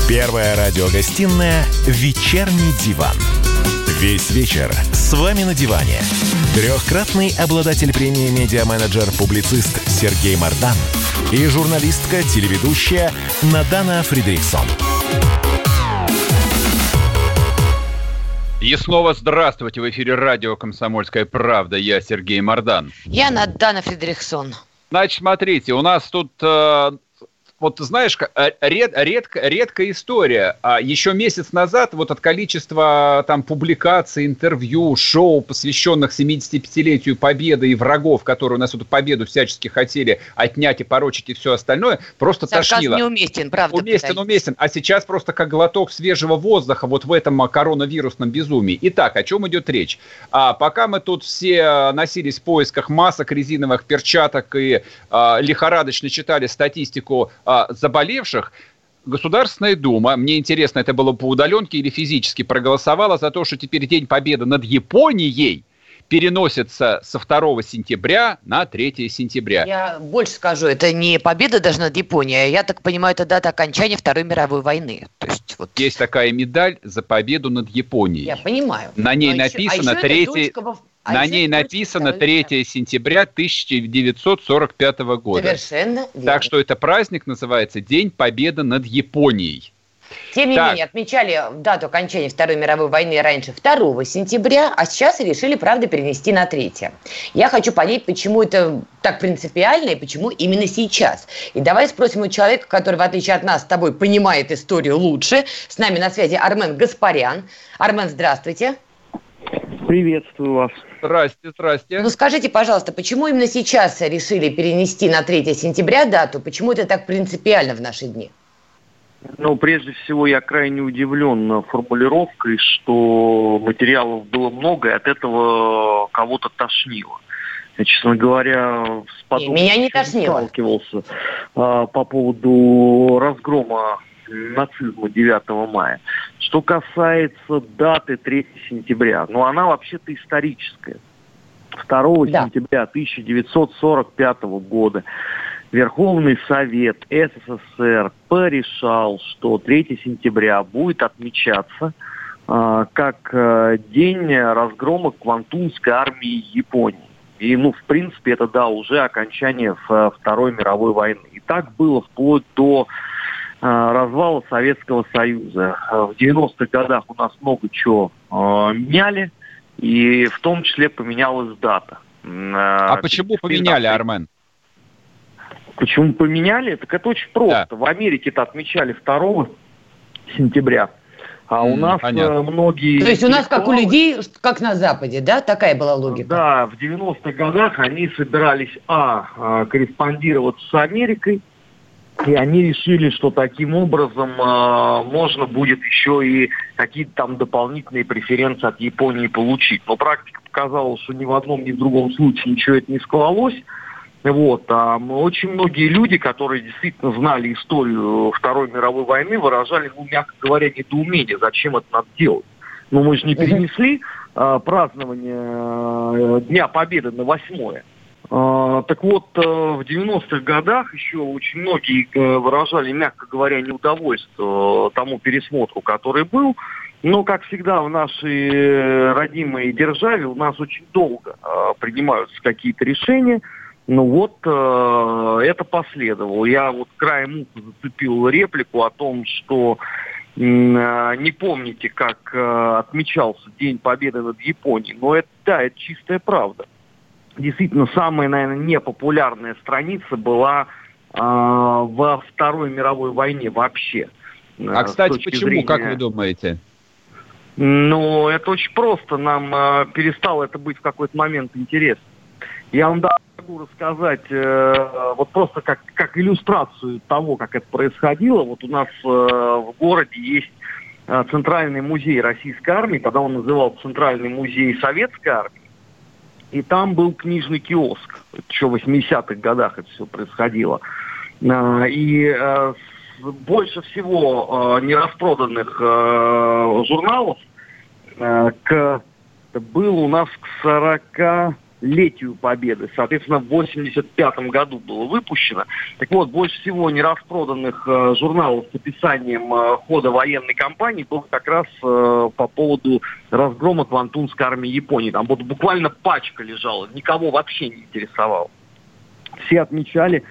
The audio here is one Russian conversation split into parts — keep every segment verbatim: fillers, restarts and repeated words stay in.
Первая радиогостинная «Вечерний диван». Весь вечер с вами на диване. Трехкратный обладатель премии «Медиа-менеджер», публицист Сергей Мардан и журналистка-телеведущая Надана Фридрихсон. И снова здравствуйте. В эфире радио «Комсомольская правда». Я Сергей Мардан. Я Надана Фридрихсон. Значит, смотрите, у нас тут... Э, вот знаешь, ред, редко, редкая история. А еще месяц назад вот от количества там публикаций, интервью, шоу, посвященных семидесятипятилетию Победы и врагов, которые у нас эту победу всячески хотели отнять и порочить и все остальное, просто Сарказм тошнило. неуместен, правда. Уместен, пытаюсь. уместен. А сейчас просто как глоток свежего воздуха вот в этом коронавирусном безумии. Итак, о чем идет речь? А, пока мы тут все носились в поисках масок, резиновых перчаток и а, лихорадочно читали статистику заболевших, Государственная Дума, мне интересно, это было по удаленке или физически, проголосовала за то, что теперь День Победы над Японией переносится со второго сентября на третьего сентября. Я больше скажу, это не победа даже над Японией, я так понимаю, это дата окончания Второй мировой войны. То есть, вот... Есть такая медаль за победу над Японией. Я понимаю. На ней Но написано еще, а третье... А На ней написано третьего сентября тысяча девятьсот сорок пятого года. Совершенно верно. Так что это праздник называется День Победы над Японией. Тем не так. менее, отмечали дату окончания Второй мировой войны раньше второго сентября, а сейчас решили, правда, перенести на третье. Я хочу понять, почему это так принципиально и почему именно сейчас. И давай спросим у человека, который, в отличие от нас с тобой, понимает историю лучше. С нами на связи Армен Гаспарян. Армен, здравствуйте. Приветствую вас. Здрасте, здрасте. Ну скажите, пожалуйста, почему именно сейчас решили перенести на третье сентября дату? Почему это так принципиально в наши дни? Ну, прежде всего, я крайне удивлен формулировкой, что материалов было много, и от этого кого-то тошнило. Я, честно говоря, с подобным Меня не тошнило. сталкивался а, по поводу разгрома нацизма девятого мая. Что касается даты третьего сентября, ну, она вообще-то историческая. второго Да. сентября тысяча девятьсот сорок пятого года Верховный Совет СССР порешал, что третьего сентября будет отмечаться э, как э, день разгрома Квантунской армии Японии. И, ну, в принципе, это, да, уже окончание Второй мировой войны. И так было вплоть до э, развала Советского Союза. В девяностых годах у нас много чего э, меняли, и в том числе поменялась дата. А почему поменяли, Армен? Почему поменяли? Так это очень просто. Да. В Америке-то отмечали второго сентября, а у М, нас понятно. многие... То есть у нас как у людей, как на Западе, да? Такая была логика? Да, в девяностых годах они собирались, а, корреспондироваться с Америкой, и они решили, что таким образом а, можно будет еще и какие-то там дополнительные преференции от Японии получить. Но практика показала, что ни в одном, ни в другом случае ничего это не склалось. Вот, а очень многие люди, которые действительно знали историю Второй мировой войны, выражали, ну, мягко говоря, недоумение, зачем это надо делать. Но мы же не перенесли а, празднование а, Дня Победы на восьмое. А, так вот, а, в девяностых годах еще очень многие а, выражали, мягко говоря, неудовольствие тому пересмотру, который был. Но, как всегда, в нашей родимой державе у нас очень долго а, принимаются какие-то решения. Ну вот, э, это последовало. Я вот краем уха зацепил реплику о том, что э, не помните, как э, отмечался День Победы над Японией. Но это, да, это чистая правда. Действительно, самая, наверное, непопулярная страница была э, во Второй мировой войне вообще. А, кстати, почему, зрения... как вы думаете? Ну, это очень просто. Нам э, перестало это быть в какой-то момент интересно. Я вам да, могу рассказать, э, вот просто как, как иллюстрацию того, как это происходило. Вот у нас э, в городе есть э, Центральный музей Российской армии, тогда он назывался Центральный музей Советской армии. И там был книжный киоск. Еще в восьмидесятых годах это все происходило. Э, и э, больше всего э, нераспроданных э, журналов э, к, был у нас к сорока... летию Победы. Соответственно, в восемьдесят пятом году было выпущено. Так вот, больше всего нераспроданных э, журналов с описанием э, хода военной кампании было как раз э, по поводу разгрома Квантунской армии Японии. Там вот буквально пачка лежала, никого вообще не интересовало. Все отмечали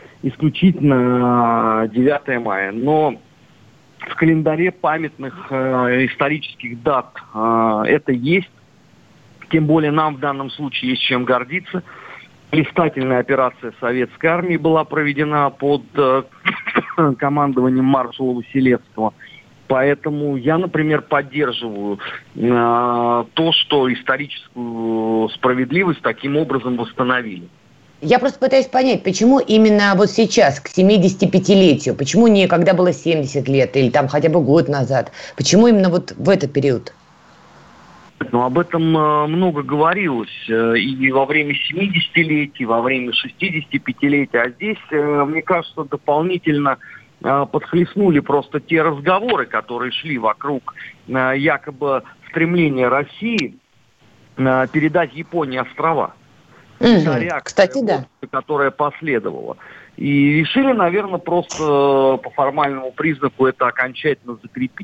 исключительно девятое мая. Но в календаре памятных э, исторических дат э, это есть. Тем более нам в данном случае есть чем гордиться. Блистательная операция советской армии была проведена под э, командованием маршала Василевского. Поэтому я, например, поддерживаю э, то, что историческую справедливость таким образом восстановили. Я просто пытаюсь понять, почему именно вот сейчас, к семидесятипятилетию, почему не когда было семьдесят лет или там хотя бы год назад, почему именно вот в этот период? Ну, об этом э, много говорилось э, и во время семидесятилетия, и во время шестидесятипятилетия. А здесь, э, мне кажется, дополнительно э, подхлестнули просто те разговоры, которые шли вокруг э, якобы стремления России э, передать Японии острова. Угу. Та реакция, Кстати, да. которая последовала. И решили, наверное, просто э, по формальному признаку это окончательно закрепить.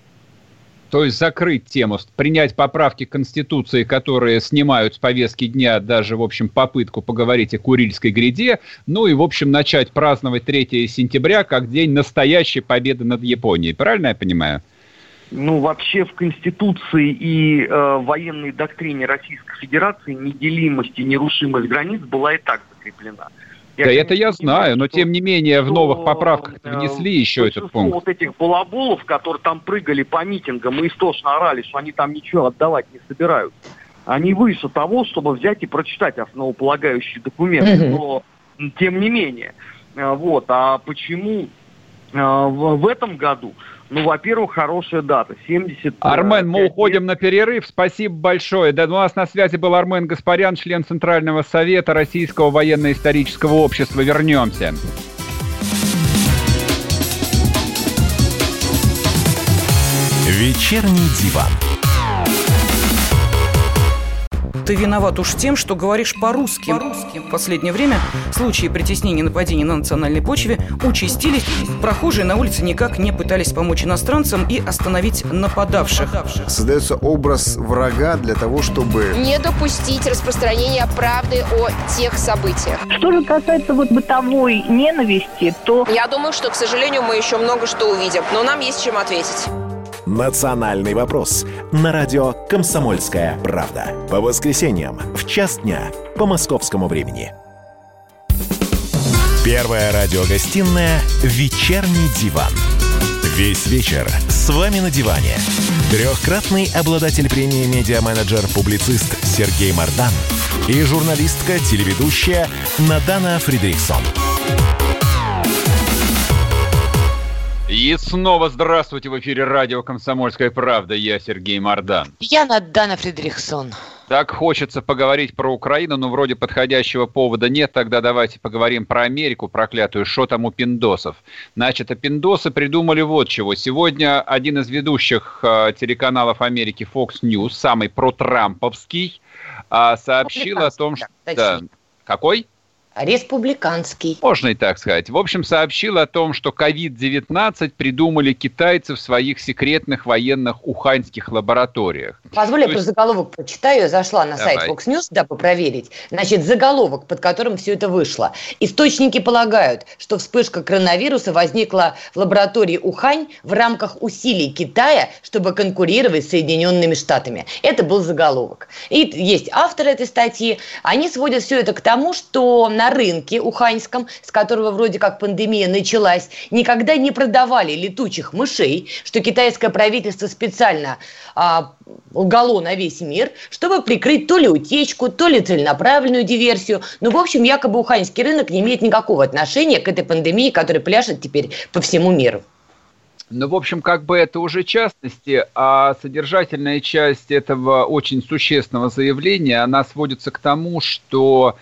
То есть закрыть тему, принять поправки к Конституции, которые снимают с повестки дня даже, в общем, попытку поговорить о Курильской гряде, ну и, в общем, начать праздновать третьего сентября как день настоящей победы над Японией. Правильно я понимаю? Ну, вообще в Конституции и э, военной доктрине Российской Федерации неделимость и нерушимость границ была и так закреплена. Я, да, конечно, это я знаю, но что, тем не менее в что, новых поправках внесли э, еще этот пункт. Вот этих балаболов, которые там прыгали по митингам и истошно орали, что они там ничего отдавать не собираются. Они выше того, чтобы взять и прочитать основополагающие документы. Mm-hmm. Но тем не менее. Вот. А почему в, в этом году? Ну, во-первых, хорошая дата. семьдесят Армен, мы уходим на перерыв. Спасибо большое. Да, у нас на связи был Армен Гаспарян, член Центрального совета Российского военно-исторического общества. Вернемся. Вечерний диван. Ты виноват уж тем, что говоришь по-русски. по-русски. В последнее время случаи притеснения и нападений на национальной почве участились. Прохожие на улице никак не пытались помочь иностранцам и остановить нападавших. Создается образ врага для того, чтобы не допустить распространения правды о тех событиях. Что же касается вот бытовой ненависти, то... Я думаю, что, к сожалению, мы еще много что увидим, но нам есть чем ответить. «Национальный вопрос» на радио «Комсомольская правда». По воскресеньям в час дня по московскому времени. Первая радиогостинная «Вечерний диван». Весь вечер с вами на диване. Трехкратный обладатель премии «Медиа-менеджер-публицист» Сергей Мардан и журналистка-телеведущая Надана Фридрихсон. И снова здравствуйте, в эфире радио «Комсомольская правда». Я Сергей Мардан. Я Надана Фридрихсон. Так хочется поговорить про Украину, но вроде подходящего повода нет. Тогда давайте поговорим про Америку проклятую. Что там у пиндосов? Значит, а пиндосы придумали вот чего. Сегодня один из ведущих э, телеканалов Америки, Fox News, самый протрамповский, э, сообщил о том, что... Да. Какой? Республиканский. Можно и так сказать. В общем, сообщил о том, что ковид девятнадцать придумали китайцы в своих секретных военных уханьских лабораториях. Позволь, я есть... про заголовок прочитаю. Я зашла на Давай. сайт Fox News, дабы проверить. Значит, заголовок, под которым все это вышло. Источники полагают, что вспышка коронавируса возникла в лаборатории Ухань в рамках усилий Китая, чтобы конкурировать с Соединенными Штатами. Это был заголовок. И есть авторы этой статьи. Они сводят все это к тому, что на рынке уханьском, с которого вроде как пандемия началась, никогда не продавали летучих мышей, что китайское правительство специально а, лгало на весь мир, чтобы прикрыть то ли утечку, то ли целенаправленную диверсию. Ну, в общем, якобы уханьский рынок не имеет никакого отношения к этой пандемии, которая пляшет теперь по всему миру. Ну, в общем, как бы это уже частности, а содержательная часть этого очень существенного заявления, она сводится к тому, что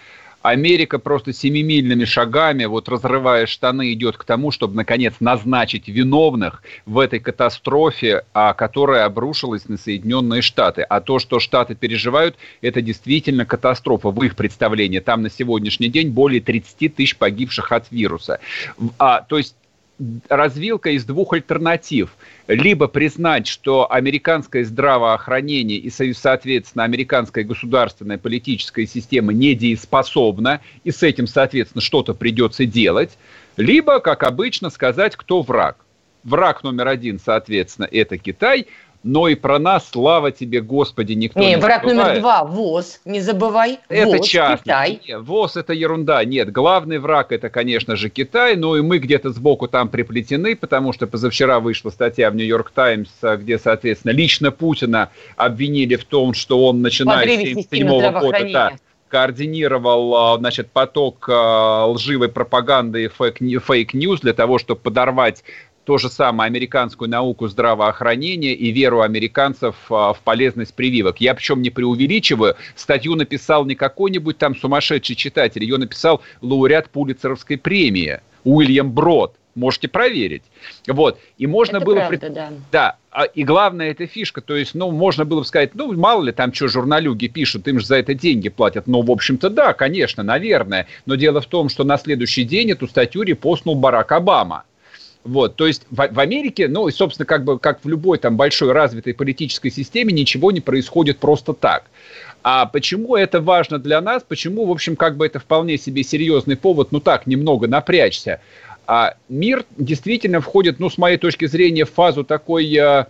Америка просто семимильными шагами, вот разрывая штаны, идет к тому, чтобы, наконец, назначить виновных в этой катастрофе, которая обрушилась на Соединенные Штаты. А то, что Штаты переживают, это действительно катастрофа в их представлении. Там на сегодняшний день более тридцать тысяч погибших от вируса. А, то есть развилка из двух альтернатив. Либо признать, что американское здравоохранение и, соответственно, американская государственная политическая система недееспособна, и с этим, соответственно, что-то придется делать. Либо, как обычно, сказать, кто враг. Враг номер один, соответственно, это Китай. Но и про нас, слава тебе, Господи, никто не, не враг забывает. Номер два – ВОЗ, не забывай. Это ВОЗ, частно. Китай. Нет, ВОЗ – это ерунда. Нет, главный враг – это, конечно же, Китай. Ну и мы где-то сбоку там приплетены, потому что позавчера вышла статья в «Нью-Йорк Таймс», где, соответственно, лично Путина обвинили в том, что он, начиная с семьдесят седьмого года, да, координировал, значит, поток лживой пропаганды и фейк-ньюс для того, чтобы подорвать то же самое американскую науку здравоохранения и веру американцев в полезность прививок. Я причем не преувеличиваю, статью написал не какой-нибудь там сумасшедший читатель, ее написал лауреат Пулитцеровской премии Уильям Брод. Можете проверить. Вот. И можно это было... правда, да. Да. И главное, эта фишка, то есть, ну, можно было бы сказать, ну, мало ли там что журналюги пишут, им же за это деньги платят. Ну, в общем-то, да, конечно, наверное. Но дело в том, что на следующий день эту статью репостнул Барак Обама. Вот, то есть в, в Америке, ну и, собственно, как бы как в любой там большой развитой политической системе, ничего не происходит просто так. А почему это важно для нас? Почему, в общем, как бы это вполне себе серьезный повод, ну так, немного напрячься? А мир действительно входит, ну, с моей точки зрения, в фазу такой э,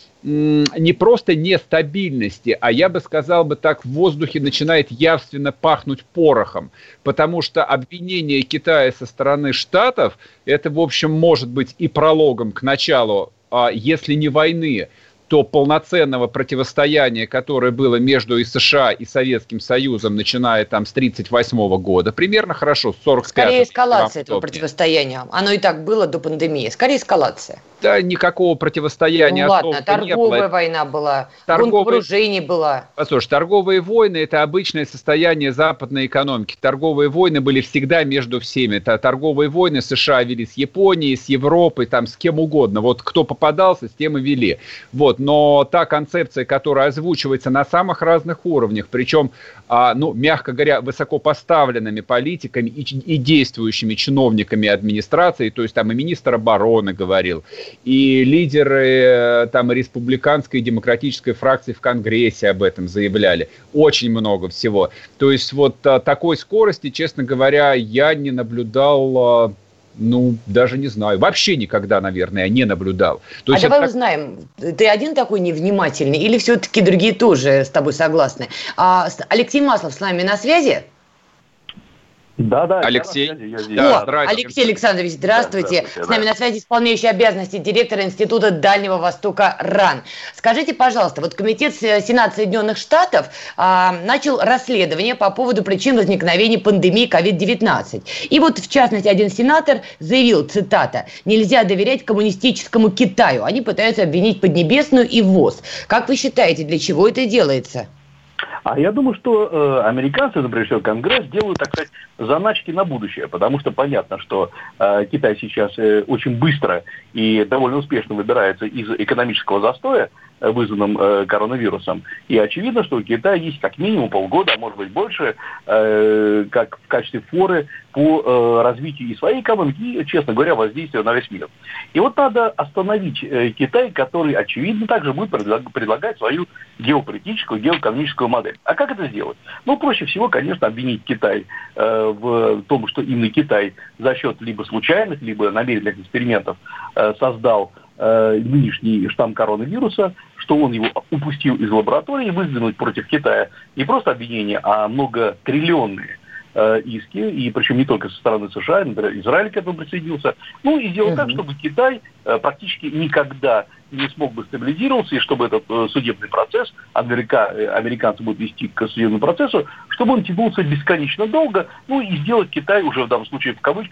не просто нестабильности, а я бы сказал бы так, в воздухе начинает явственно пахнуть порохом, потому что обвинение Китая со стороны Штатов, это, в общем, может быть и прологом к началу, если не войны, то полноценного противостояния, которое было между и США, и Советским Союзом, начиная там с тридцать восьмого года, примерно хорошо, с сорок пятого. Скорее эскалация этого противостояния. Оно и так было до пандемии. Скорее эскалация. Да, никакого противостояния. Ну ладно, торговая война была, гонка вооружений была. Послушай, торговые войны – это обычное состояние западной экономики. Торговые войны были всегда между всеми. Торговые войны США вели с Японией, с Европой, там, с кем угодно. Вот кто попадался, с тем и вели. Вот. Но та концепция, которая озвучивается на самых разных уровнях, причем, а, ну, мягко говоря, высокопоставленными политиками и, и действующими чиновниками администрации, то есть там и министр обороны говорил, и лидеры там республиканской и демократической фракции в Конгрессе об этом заявляли. Очень много всего. То есть вот такой скорости, честно говоря, я не наблюдал... Ну, даже не знаю. Вообще никогда, наверное, не наблюдал. То а есть давай это... узнаем, ты один такой невнимательный или все-таки другие тоже с тобой согласны? А, Алексей Маслов с нами на связи? Да, да. Алексей. Я здесь. О, да, Алексей Александрович, здравствуйте. Да, здравствуйте. С нами да. на связи исполняющий обязанности директора Института Дальнего Востока РАН. Скажите, пожалуйста, вот Комитет Сената Соединенных Штатов а, начал расследование по поводу причин возникновения пандемии ковид девятнадцать. И вот, в частности, один сенатор заявил, цитата, «Нельзя доверять коммунистическому Китаю. Они пытаются обвинить Поднебесную и ВОЗ». Как вы считаете, для чего это делается? А я думаю, что э, американцы, например, что Конгресс делают, так сказать, заначки на будущее, потому что понятно, что э, Китай сейчас э, очень быстро и довольно успешно выбирается из экономического застоя, вызванным э, коронавирусом. И очевидно, что у Китая есть как минимум полгода, а может быть больше, э, как в качестве форы по э, развитию и своей экономики, и, честно говоря, воздействию на весь мир. И вот надо остановить э, Китай, который, очевидно, также будет предлаг- предлагать свою геополитическую, геоэкономическую модель. А как это сделать? Ну, проще всего, конечно, обвинить Китай э, в том, что именно Китай за счет либо случайных, либо намеренных экспериментов э, создал нынешний штамм коронавируса, что он его упустил из лаборатории, выдвинуть против Китая не просто обвинения, а многотриллионные э, иски, и причем не только со стороны США, например, Израиль к этому присоединился, ну и сделать uh-huh. так, чтобы Китай э, практически никогда не смог бы стабилизироваться, и чтобы этот э, судебный процесс, Америка, э, американцы будут вести к судебному процессу, чтобы он тянулся бесконечно долго, ну и сделать Китай уже в данном случае в кавычках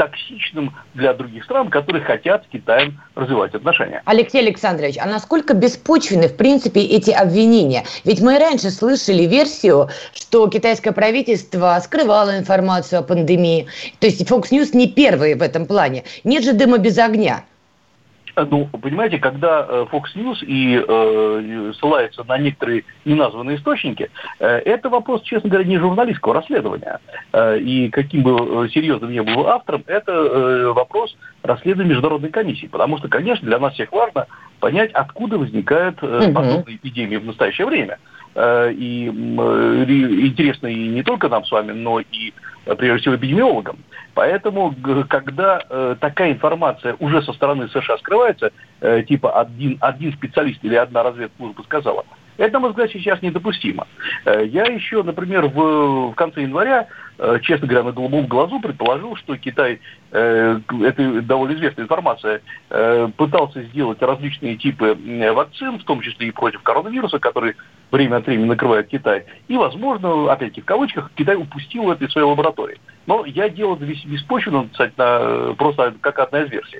токсичным для других стран, которые хотят с Китаем развивать отношения. Алексей Александрович, а насколько беспочвенны, в принципе, эти обвинения? Ведь мы раньше слышали версию, что китайское правительство скрывало информацию о пандемии. То есть Fox News не первые в этом плане. Нет же дыма без огня. Ну, понимаете, когда Fox News и э, ссылается на некоторые неназванные источники, э, это вопрос, честно говоря, не журналистского расследования. Э, и каким бы серьезным ни был автором, это э, вопрос расследования международной комиссии. Потому что, конечно, для нас всех важно понять, откуда возникают э, подобные эпидемии в настоящее время. Э, и э, интересно и не только нам с вами, но и прежде всего эпидемиологам. Поэтому, когда э, такая информация уже со стороны США скрывается, э, типа один, один специалист или одна разведслужба сказала, это, на мой взгляд, сейчас недопустимо. Э, я еще, например, в, в конце января, э, честно говоря, на голубом глазу предположил, что Китай, э, это довольно известная информация, э, пытался сделать различные типы вакцин, в том числе и против коронавируса, который время от времени накрывает Китай. И, возможно, опять-таки в кавычках, Китай упустил это из своей лаборатории. Но я делал это беспочвенно, кстати, на, просто как одна из версий.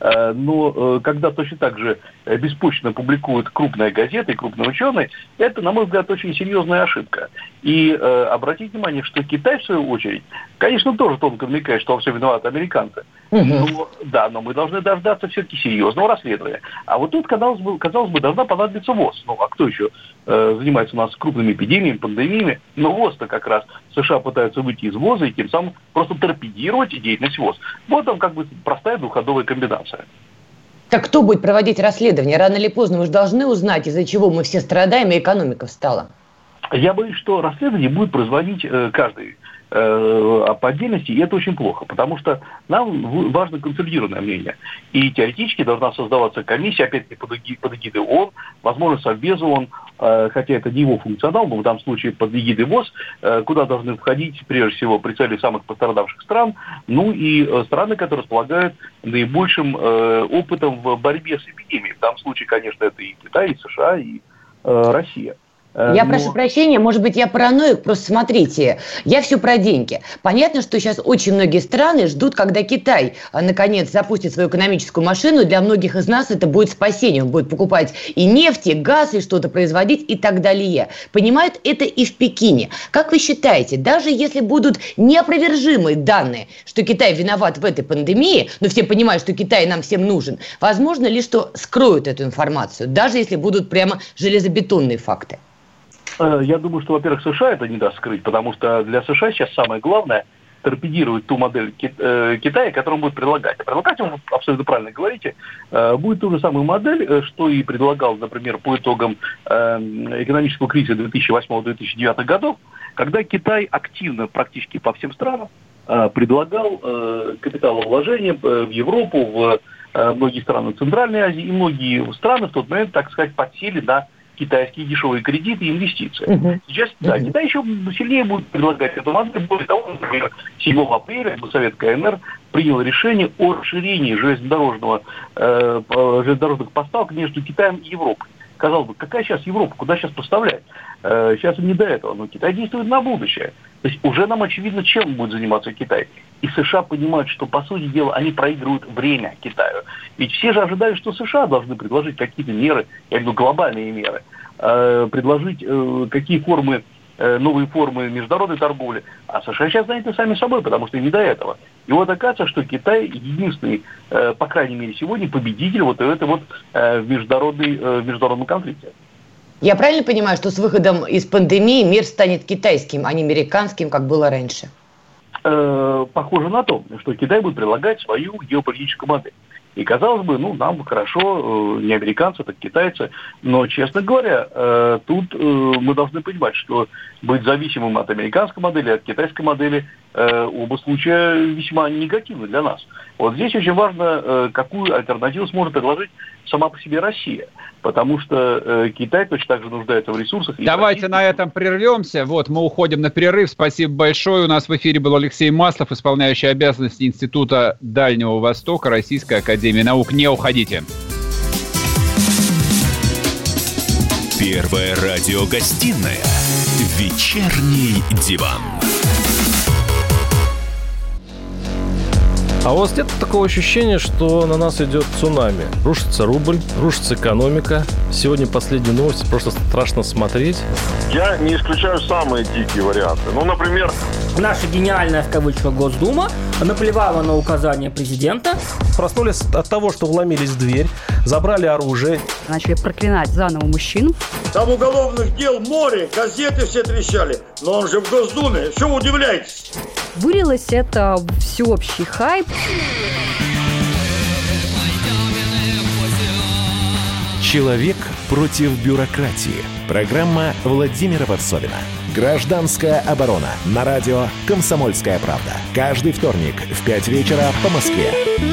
Но когда точно так же беспочвенно публикуют крупные газеты и крупные ученые, это, на мой взгляд, очень серьезная ошибка. И э, обратите внимание, что Китай, в свою очередь, конечно, тоже тонко намекает, что во всем виноваты американцы. Но, да, но мы должны дождаться все-таки серьезного расследования. А вот тут, казалось бы, казалось бы должна понадобиться ВОЗ. Ну, а кто еще э, занимается у нас крупными эпидемиями, пандемиями? Но ВОЗ-то как раз США пытаются выйти из ВОЗа и тем самым просто торпедировать деятельность ВОЗ. Вот там как бы простая двухходовая комбинация. Так кто будет проводить расследование? Рано или поздно мы же должны узнать, из-за чего мы все страдаем и экономика встала. Я боюсь, что расследование будет производить э, каждый э, по отдельности, и это очень плохо, потому что нам важно консолидированное мнение. И теоретически должна создаваться комиссия, опять-таки под, эги, под эгидой ООН, возможно, Совбез ООН, э, хотя это не его функционал, но в данном случае под эгидой ВОЗ, э, куда должны входить, прежде всего, представители самых пострадавших стран, ну и э, страны, которые располагают наибольшим э, опытом в борьбе с эпидемией. В данном случае, конечно, это и Китай, и США, и э, Россия. Я Но... прошу прощения, может быть, я параноик, просто смотрите, я все про деньги. Понятно, что сейчас очень многие страны ждут, когда Китай, наконец, запустит свою экономическую машину. Для многих из нас это будет спасением. Он будет покупать и нефть, и газ, и что-то производить, и так далее. Понимают это и в Пекине. Как вы считаете, даже если будут неопровержимые данные, что Китай виноват в этой пандемии, но все понимают, что Китай нам всем нужен, возможно ли, что скроют эту информацию, даже если будут прямо железобетонные факты? Я думаю, что, во-первых, США это не даст скрыть, потому что для США сейчас самое главное торпедировать ту модель Китая, которую он будет предлагать. А предлагать, вы абсолютно правильно говорите, будет ту же самую модель, что и предлагал, например, по итогам экономического кризиса две тысячи восьмого — две тысячи девятого годов, когда Китай активно практически по всем странам предлагал капиталовложения в Европу, в многие страны Центральной Азии, и многие страны в тот момент, так сказать, подсели на китайские дешевые кредиты и инвестиции. Uh-huh. Сейчас, да, uh-huh. Китай еще сильнее будет предлагать эту модель. Более того, например, седьмого апреля Совет КНР принял решение о расширении железнодорожного, э, железнодорожных поставок между Китаем и Европой. Казалось бы, какая сейчас Европа, куда сейчас поставлять? Э, сейчас не до этого, но Китай действует на будущее. То есть уже нам очевидно, чем будет заниматься Китай. И США понимают, что, по сути дела, они проигрывают время Китаю. Ведь все же ожидали, что США должны предложить какие-то меры, я имею в виду глобальные меры, э, предложить э, какие формы, э, новые формы международной торговли. А США сейчас заняты сами собой, потому что не до этого. И вот оказывается, что Китай единственный, э, по крайней мере сегодня, победитель вот этой вот э, в, международной, э, в международном конфликте. Я правильно понимаю, что с выходом из пандемии мир станет китайским, а не американским, как было раньше? Похоже на то, что Китай будет предлагать свою геополитическую модель. И, казалось бы, ну, нам хорошо, не американцы, так китайцы. Но, честно говоря, тут мы должны понимать, что быть зависимым от американской модели, от китайской модели, оба случая весьма негативны для нас. Вот здесь очень важно, какую альтернативу сможет предложить сама по себе Россия. Потому что э, Китай точно так же нуждается в ресурсах. Давайте на этом прервемся. Вот, мы уходим на перерыв. Спасибо большое. У нас в эфире был Алексей Маслов, исполняющий обязанности Института Дальнего Востока Российской Академии Наук. Не уходите. Первая радиогостинная «Вечерний диван». А у вас нет такого ощущения, что на нас идет цунами? Рушится рубль, рушится экономика. Сегодня последние новости, просто страшно смотреть. Я не исключаю самые дикие варианты. Ну, например... Наша гениальная, в кавычках, Госдума наплевала на указания президента. Проснулись от того, что вломились в дверь, забрали оружие. Начали проклинать заново мужчин. Там уголовных дел море, газеты все трещали. Но он же в Госдуме, что вы удивляетесь? Вылилось это в всеобщий хайп. Человек против бюрократии. Программа Владимира Варсовина. Гражданская оборона. На радио «Комсомольская правда». Каждый вторник в пять вечера по Москве.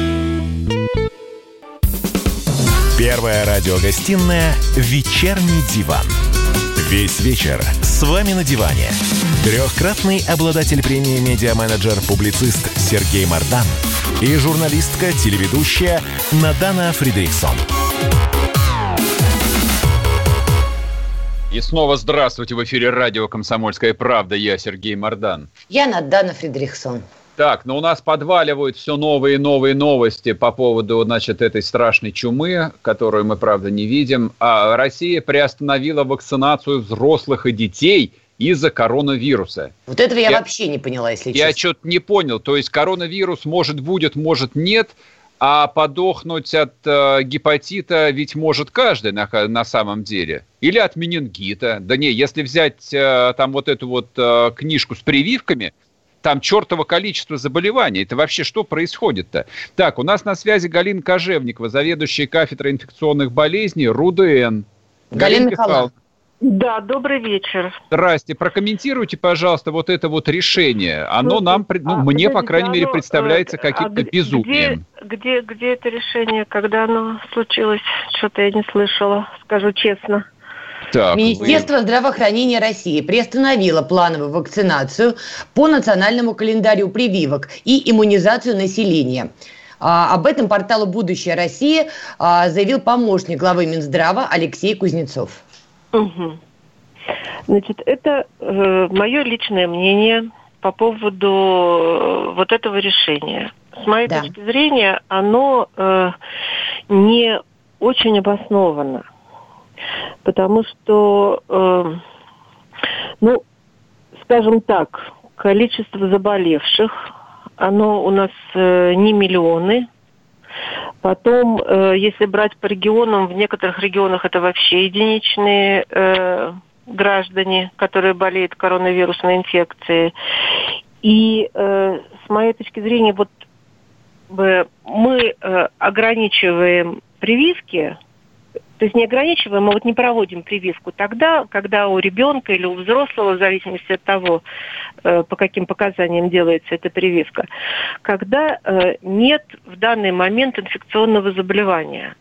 Первая радиогостинная «Вечерний диван». Весь вечер с вами на диване. Трехкратный обладатель премии «Медиа-менеджер», публицист Сергей Мардан и журналистка-телеведущая Надана Фридрихсон. И снова здравствуйте, в эфире радио «Комсомольская правда». Я Сергей Мардан. Я Надана Фридрихсон. Так, но у нас подваливают все новые и новые новости по поводу, значит, этой страшной чумы, которую мы, правда, не видим. А Россия приостановила вакцинацию взрослых и детей из-за коронавируса. Вот этого я, я вообще не поняла, если честно. Я что-то не понял. То есть коронавирус может будет, может нет, а подохнуть от э, гепатита ведь может каждый на, на самом деле. Или от менингита. Да не, если взять э, там вот эту вот э, книжку с прививками, там чертово количество заболеваний. Это вообще что происходит-то? Так, у нас на связи Галина Кожевникова, заведующая кафедрой инфекционных болезней РУДН. Галина Михайловна. Да, добрый вечер. Здрасте. Прокомментируйте, пожалуйста, вот это вот решение. Оно Слушайте, нам, ну, а, мне, подождите, по крайней оно, мере, представляется э, каким-то а безумием. Где, где, где это решение, когда оно случилось? Что-то я не слышала, скажу честно. Так, Министерство вы... здравоохранения России приостановило плановую вакцинацию по национальному календарю прививок и иммунизацию населения. А, об этом порталу «Будущее России» а, заявил помощник главы Минздрава Алексей Кузнецов. Угу. Значит, это э, мое личное мнение по поводу э, вот этого решения. С моей да. точки зрения, оно э, не очень обосновано. Потому что, э, ну, скажем так, количество заболевших, оно у нас э, не миллионы. Потом, э, если брать по регионам, в некоторых регионах это вообще единичные э, граждане, которые болеют коронавирусной инфекцией. И э, с моей точки зрения, вот э, мы э, ограничиваем прививки. То есть не ограничиваем, а вот не проводим прививку тогда, когда у ребенка или у взрослого, в зависимости от того, э, по каким показаниям делается эта прививка, когда э, нет в данный момент инфекционного заболевания.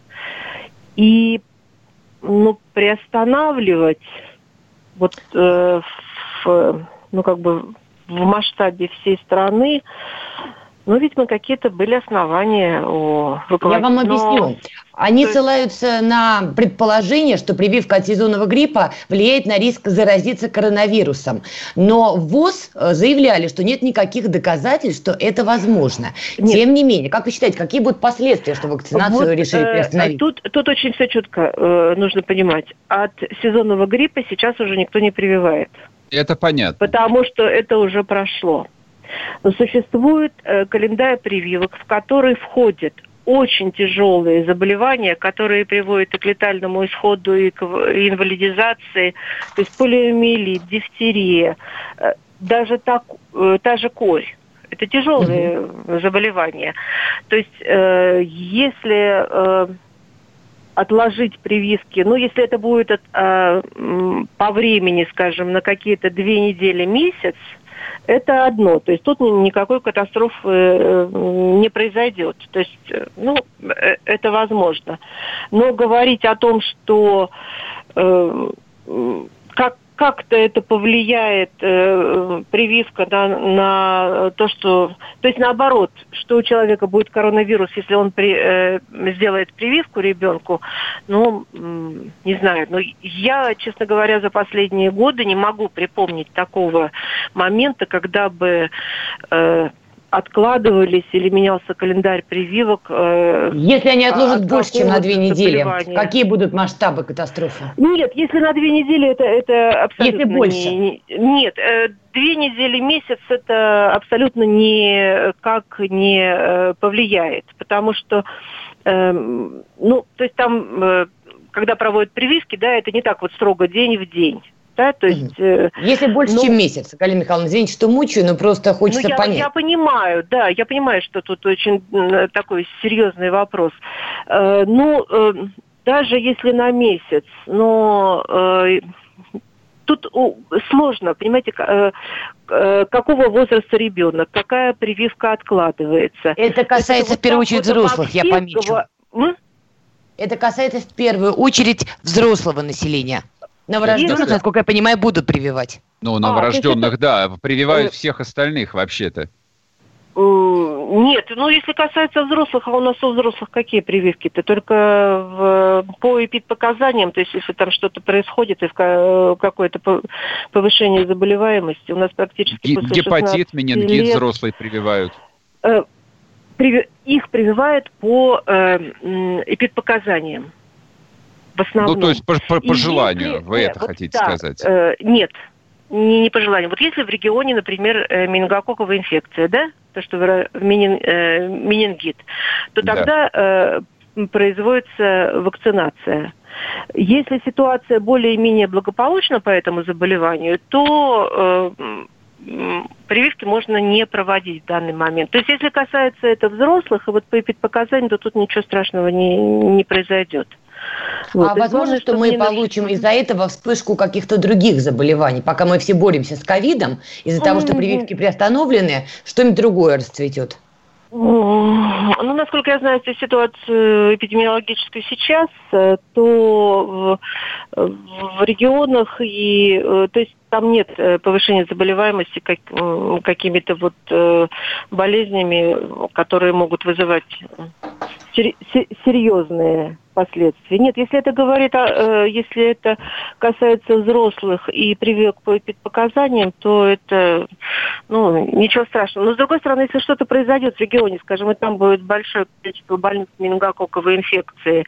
И ну, приостанавливать вот, э, в, ну, как бы в масштабе всей страны, ну, видимо, какие-то были основания у руководителя. Я вам объясню. Они То... ссылаются на предположение, что прививка от сезонного гриппа влияет на риск заразиться коронавирусом. Но ВОЗ заявляли, что нет никаких доказательств, что это возможно. Нет. Тем не менее, как вы считаете, какие будут последствия, что вакцинацию вот, решили приостановить? Э, тут, тут очень все четко э, нужно понимать. От сезонного гриппа сейчас уже никто не прививает. Это понятно. Потому что это уже прошло. Но существует э, календарь прививок, в который входят очень тяжелые заболевания, которые приводят и к летальному исходу, и к инвалидизации, то есть полиомиелит, дифтерия, э, даже та, э, та же корь. Это тяжелые mm-hmm. заболевания. То есть э, если э, отложить прививки, ну если это будет от, э, по времени, скажем, на какие-то две недели, месяц, это одно. То есть тут никакой катастрофы не произойдет. То есть, ну, это возможно. Но говорить о том, что э, как, как-то это повлияет, э, прививка на, на то, что... То есть, наоборот, что у человека будет коронавирус, если он при, э, сделает прививку ребенку, ну, э, не знаю. Но я, честно говоря, за последние годы не могу припомнить такого момента, когда бы... Э, откладывались или менялся календарь прививок. Э, если они отложат больше, чем на две недели, заболевания. Какие будут масштабы катастрофы? Нет, если на две недели, это, это абсолютно... Если больше? Не, нет, э, две недели, месяц, это абсолютно никак не э, повлияет, потому что, э, ну, то есть там, э, когда проводят прививки, да, это не так вот строго день в день. Да, то есть, э, Если больше, ну, чем месяц, Галина Михайловна, извините, что мучаю, но просто хочется ну, я, понять. Я понимаю, да, я понимаю, что тут очень э, такой серьезный вопрос. Э, ну, э, даже если на месяц, но э, тут э, сложно, понимаете, э, э, какого возраста ребенок, какая прививка откладывается. Это касается это в первую очередь взрослых, я помечу. М? Это касается в первую очередь взрослого населения. Новорожденных, если... насколько я понимаю, будут прививать. Ну, новорожденных, а, да, прививают всех остальных вообще-то. Нет, ну, если касается взрослых, а у нас у взрослых какие прививки-то? Только в, по эпидпоказаниям, то есть если там что-то происходит, и какое-то повышение заболеваемости, у нас практически Г- после Гепатит, менингит лет, взрослые прививают. Э, приви, их прививают по э, эпидпоказаниям. В основном. Ну, то есть по, по, по желанию, если, вы это вот хотите да, сказать? Э, нет, не, не по желанию. Вот если в регионе, например, э, менингококковая инфекция, да, то, что в менин, э, менингит, то тогда да. э, производится вакцинация. Если ситуация более-менее благополучна по этому заболеванию, то э, прививки можно не проводить в данный момент. То есть если касается это взрослых, и вот по эпидпоказаниям, то тут ничего страшного не, не произойдет. Вот. А и возможно, главное, что мы не получим наш... из-за этого вспышку каких-то других заболеваний, пока мы все боремся с ковидом, из-за mm-hmm. того, что прививки приостановлены, что-нибудь другое расцветет? Ну, насколько я знаю ситуацию эпидемиологическую сейчас, то в, в регионах и, то есть там нет повышения заболеваемости как, какими-то вот болезнями, которые могут вызывать серьезные последствия. Нет, если это говорит, если это касается взрослых и прививок по эпидпоказаниям, то это, ну, ничего страшного. Но, с другой стороны, если что-то произойдет в регионе, скажем, и там будет большое количество больных менингококковой инфекции,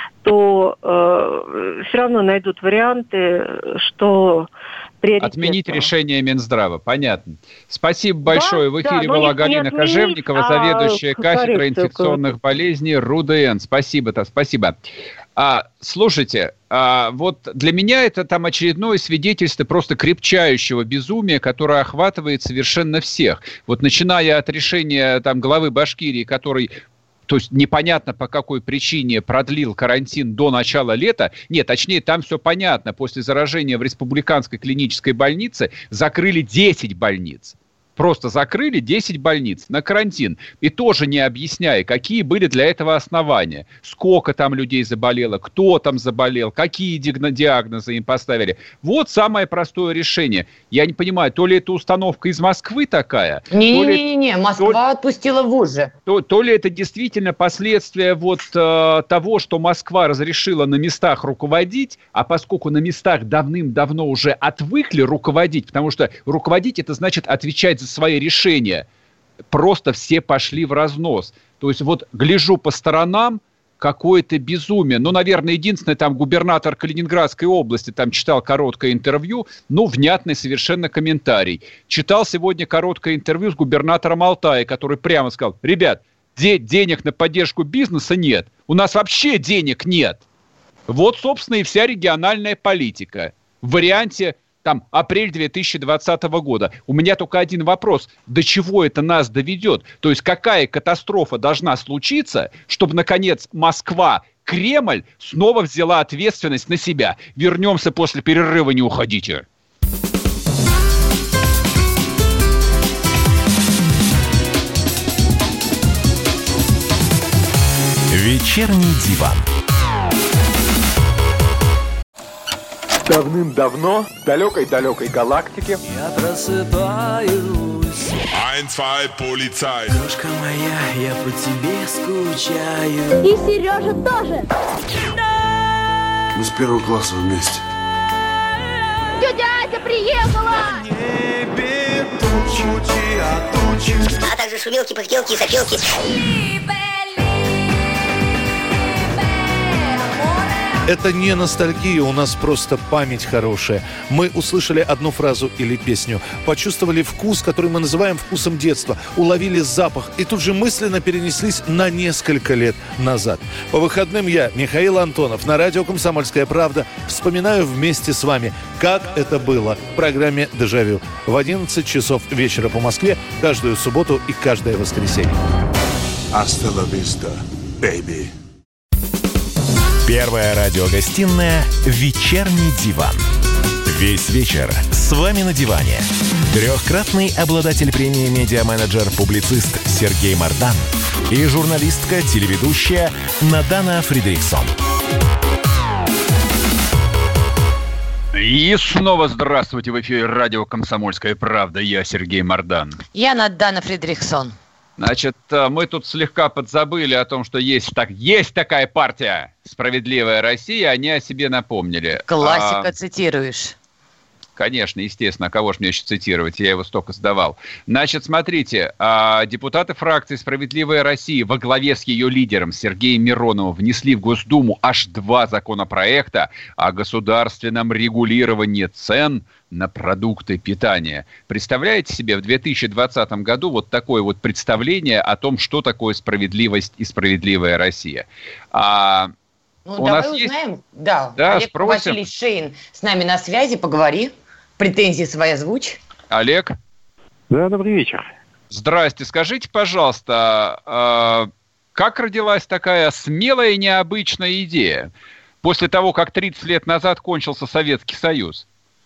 то э, все равно найдут варианты, что приоритетно. Отменить решение Минздрава, понятно. Спасибо большое. Да, в эфире да, была Галина Кожевникова, заведующая а кафедрой инфекционных болезней РУДН. Спасибо-то, спасибо. А, слушайте, а, вот для меня это там очередное свидетельство просто крепчающего безумия, которое охватывает совершенно всех. Вот начиная от решения там главы Башкирии, который... То есть непонятно, по какой причине продлил карантин до начала лета. Нет, точнее, там все понятно. После заражения в республиканской клинической больнице закрыли десять больниц. Просто закрыли десять больниц на карантин. И тоже не объясняя, какие были для этого основания. Сколько там людей заболело, кто там заболел, какие диагнозы им поставили. Вот самое простое решение. Я не понимаю, то ли это установка из Москвы такая... Не-не-не, Москва то, отпустила вожжи. То, то ли это действительно последствия вот э, того, что Москва разрешила на местах руководить, а поскольку на местах давным-давно уже отвыкли руководить, потому что руководить это значит отвечать за свои решения, просто все пошли в разнос. То есть вот гляжу по сторонам, какое-то безумие. Ну, наверное, единственное, там губернатор Калининградской области там читал короткое интервью, ну, внятный совершенно комментарий. Читал сегодня короткое интервью с губернатором Алтая, который прямо сказал: ребят, де- денег на поддержку бизнеса нет, у нас вообще денег нет. Вот, собственно, и вся региональная политика. В варианте там апрель две тысячи двадцатого года. У меня только один вопрос. До чего это нас доведет? То есть какая катастрофа должна случиться, чтобы, наконец, Москва, Кремль снова взяла ответственность на себя? Вернемся после перерыва, не уходите. Вечерний диван. Давным-давно в далекой-далекой галактике я просыпаюсь. Ein, zwei, полицай. Крошка моя, я по тебе скучаю. И Сережа тоже. Мы с первого класса вместе. Тетя Ася приехала! Небе тучи, а тучи. А также шумелки, пыхтелки и сопелки. Это не ностальгия, у нас просто память хорошая. Мы услышали одну фразу или песню, почувствовали вкус, который мы называем вкусом детства, уловили запах и тут же мысленно перенеслись на несколько лет назад. По выходным я, Михаил Антонов, на радио «Комсомольская правда» вспоминаю вместе с вами, как это было в программе «Дежавю» в одиннадцать часов вечера по Москве каждую субботу и каждое воскресенье. Hasta la vista, baby. Первая радиогостинная «Вечерний диван». Весь вечер с вами на диване. Трехкратный обладатель премии «Медиа-менеджер», публицист Сергей Мардан и журналистка-телеведущая Надана Фридрихсон. И снова здравствуйте, в эфире радио «Комсомольская правда». Я Сергей Мардан. Я Надана Фридрихсон. Значит, мы тут слегка подзабыли о том, что есть, так, есть такая партия «Справедливая Россия», они о себе напомнили. Классика, а, цитируешь. Конечно, естественно, а кого ж мне еще цитировать, я его столько сдавал. Значит, смотрите, а, депутаты фракции «Справедливая Россия» во главе с ее лидером Сергеем Мироновым внесли в Госдуму аж два законопроекта о государственном регулировании цен на продукты питания. Представляете себе в две тысячи двадцатом году вот такое вот представление о том, что такое справедливость и справедливая Россия. А, ну, у давай нас узнаем. есть... Да, да, Олег спросим. Васильевич Шейн с нами на связи, поговори. Претензии свои озвучь. Олег? Да, добрый вечер. Здрасте. Скажите, пожалуйста, э, как родилась такая смелая и необычная идея после того, как тридцать лет назад кончился Советский Союз?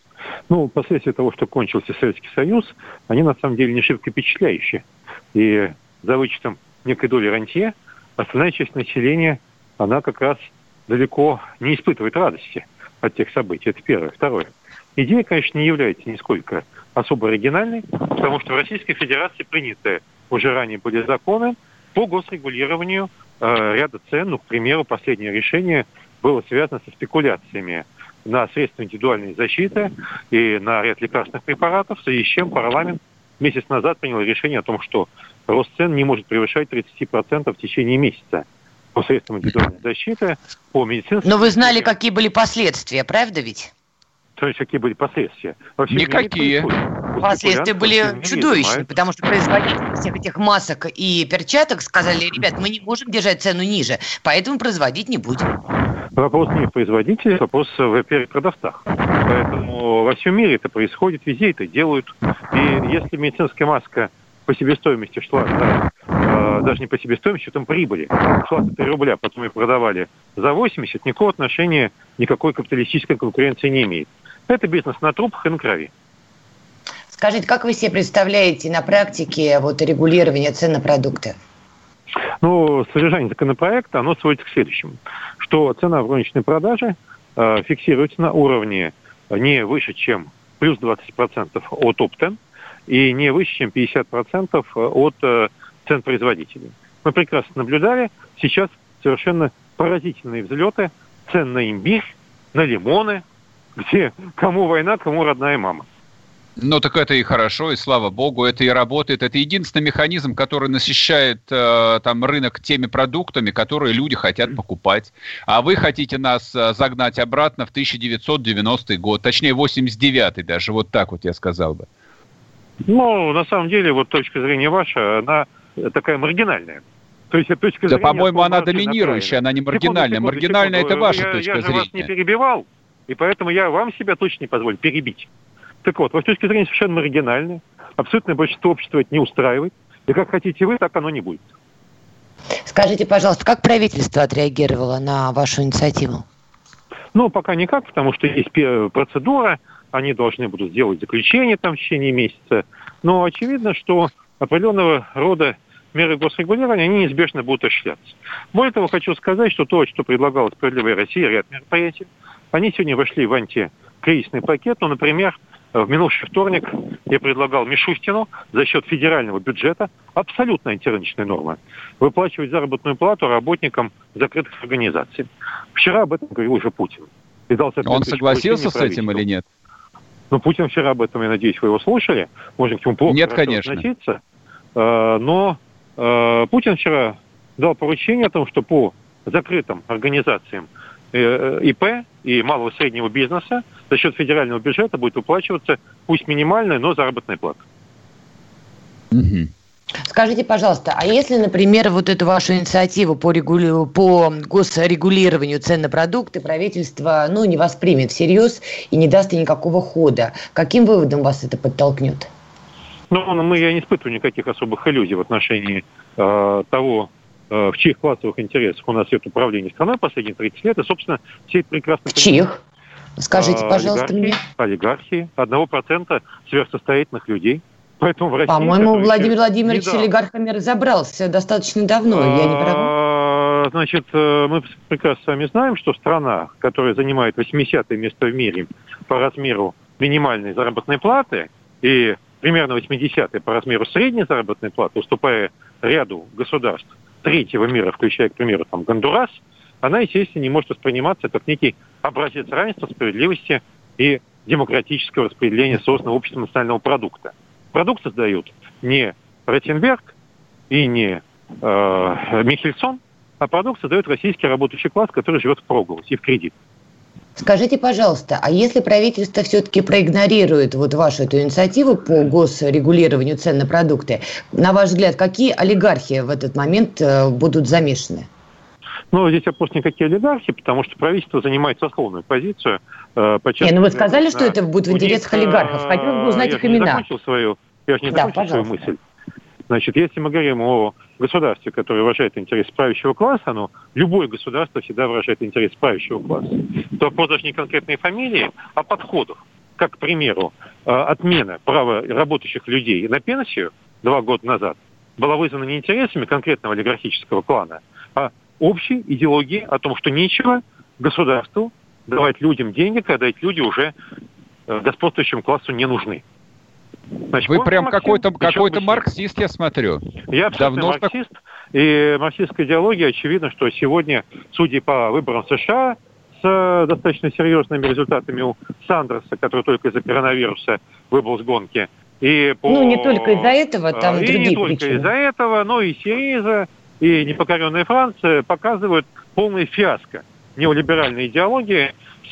Ну, последствия того, что кончился Советский Союз, они на самом деле не шибко впечатляющие. И за вычетом некой доли рантье, основная часть населения, она как раз далеко не испытывает радости от тех событий. Это первое. Второе. Идея, конечно, не является нисколько особо оригинальной, потому что в Российской Федерации приняты уже ранее были законы по госрегулированию э, ряда цен. Ну, к примеру, последнее решение было связано со спекуляциями на средства индивидуальной защиты и на ряд лекарственных препаратов, в связи с чем парламент месяц назад принял решение о том, что рост цен не может превышать тридцать процентов в течение месяца по средствам индивидуальной защиты, по медицинским... Но вы знали, какие были последствия, правда ведь? То есть, какие были последствия? Никакие. Последствия были чудовищные, потому что производители всех этих масок и перчаток сказали: ребят, мы не можем держать цену ниже, поэтому производить не будем. Вопрос не в производителе, вопрос в продавцах. Поэтому во всем мире это происходит, везде это делают. И если медицинская маска по себестоимости шла, да, э, даже не по себестоимости, а там прибыли, шла за три рубля, потом ее продавали за восемьдесят, никакого отношения, никакой капиталистической конкуренции не имеет. Это бизнес на трупах и на крови. Скажите, как вы себе представляете на практике вот регулирование цен на продукты? Ну, содержание законопроекта, оно сводится к следующему, что цена в розничной продаже э, фиксируется на уровне не выше, чем плюс двадцать процентов от оптом, и не выше, чем пятьдесят процентов от э, цен производителей. Мы прекрасно наблюдали сейчас совершенно поразительные взлеты цен на имбирь, на лимоны, где кому война, кому родная мама. Ну, так это и хорошо, и слава богу, это и работает. Это единственный механизм, который насыщает э, там рынок теми продуктами, которые люди хотят покупать. А вы хотите нас э, загнать обратно в тысяча девятьсот девяностый год, точнее, восемьдесят девятый даже, вот так вот я сказал бы. Ну, на самом деле, вот точка зрения ваша, она такая маргинальная. То есть, точка да, зрения, по-моему, она доминирующая, она не маргинальная. Секунду, секунду, маргинальная секунду. Это ваша я, точка я зрения. Я же вас не перебивал, и поэтому я вам себя точно не позволю перебить. Так вот, ваша точка зрения совершенно маргинальная. Абсолютное большинство общества это не устраивает. И как хотите вы, так оно не будет. Скажите, пожалуйста, как правительство отреагировало на вашу инициативу? Ну, пока никак, потому что есть процедура. Они должны будут сделать заключение там в течение месяца. Но очевидно, что определенного рода меры госрегулирования, они неизбежно будут осуществляться. Более того, хочу сказать, что то, что предлагала «Справедливая Россия», ряд мероприятий, они сегодня вошли в антикризисный пакет. Ну, например, в минувший вторник я предлагал Мишустину за счет федерального бюджета абсолютно антирыночные нормы выплачивать заработную плату работникам закрытых организаций. Вчера об этом говорил уже Путин. Он согласился с этим или нет? Ну, Путин вчера об этом, я надеюсь, вы его слушали. Можно к нему плохо Нет, конечно. относиться. Но Путин вчера дал поручение о том, что по закрытым организациям ИП и малого и среднего бизнеса за счет федерального бюджета будет выплачиваться пусть минимальная, но заработная плата. Угу. Скажите, пожалуйста, а если, например, вот эту вашу инициативу по, регули... по госрегулированию цен на продукты правительство ну, не воспримет всерьез и не даст никакого хода, каким выводом вас это подтолкнет? Ну, мы, я не испытываю никаких особых иллюзий в отношении э, того, э, в чьих классовых интересах у нас идет управление страной последние тридцать лет, и, собственно, все это прекрасно понимают. Чьих? Скажите, пожалуйста, олигархии, мне. Олигархии, одного процента сверхсостоятельных людей. Поэтому в России, По-моему, Владимир еще... Владимирович с олигархами разобрался достаточно давно. Я не права? Значит, мы прекрасно с вами знаем, что страна, которая занимает восьмидесятое место в мире по размеру минимальной заработной платы и примерно восьмидесятое по размеру средней заработной платы, уступая ряду государств третьего мира, включая, к примеру, там, Гондурас, она, естественно, не может восприниматься как некий образец равенства, справедливости и демократического распределения созданного обществом национального продукта. Продукт создают не Ротенберг и не э, Михельсон, а продукт создает российский рабочий класс, который живет в проголос и в кредит. Скажите, пожалуйста, а если правительство все-таки проигнорирует вот вашу эту инициативу по госрегулированию цен на продукты, на ваш взгляд, какие олигархи в этот момент э, будут замешаны? Ну, здесь вопрос никакие олигархи, потому что правительство занимает сословную позицию. Э, Не, ну вы сказали, на... что это будет в интересах них, олигархов. Хотелось бы узнать я их имена. Не закончил свою, я же не да, закончил свою мысль. Значит, если мы говорим о государстве, которое выражает интересы правящего класса, но любое государство всегда выражает интересы правящего класса, то вопрос даже не конкретной фамилии, а подходов. Как, к примеру, отмена права работающих людей на пенсию два года назад была вызвана не интересами конкретного олигархического клана, а общей идеологии о том, что нечего государству давать людям деньги, когда эти люди уже господствующему классу не нужны. Значит, вы прям какой-то, какой-то марксист, я смотрю. Я абсолютно Давно марксист. Так... И марксистская идеология, очевидно, что сегодня, судя по выборам США, с достаточно серьезными результатами у Сандерса, который только из-за коронавируса выбыл с гонки. И по... Ну, не только из-за этого, там и другие не только причины. из-за этого, но и Сириза, и непокоренная Франция показывают полный фиаско неолиберальной идеологии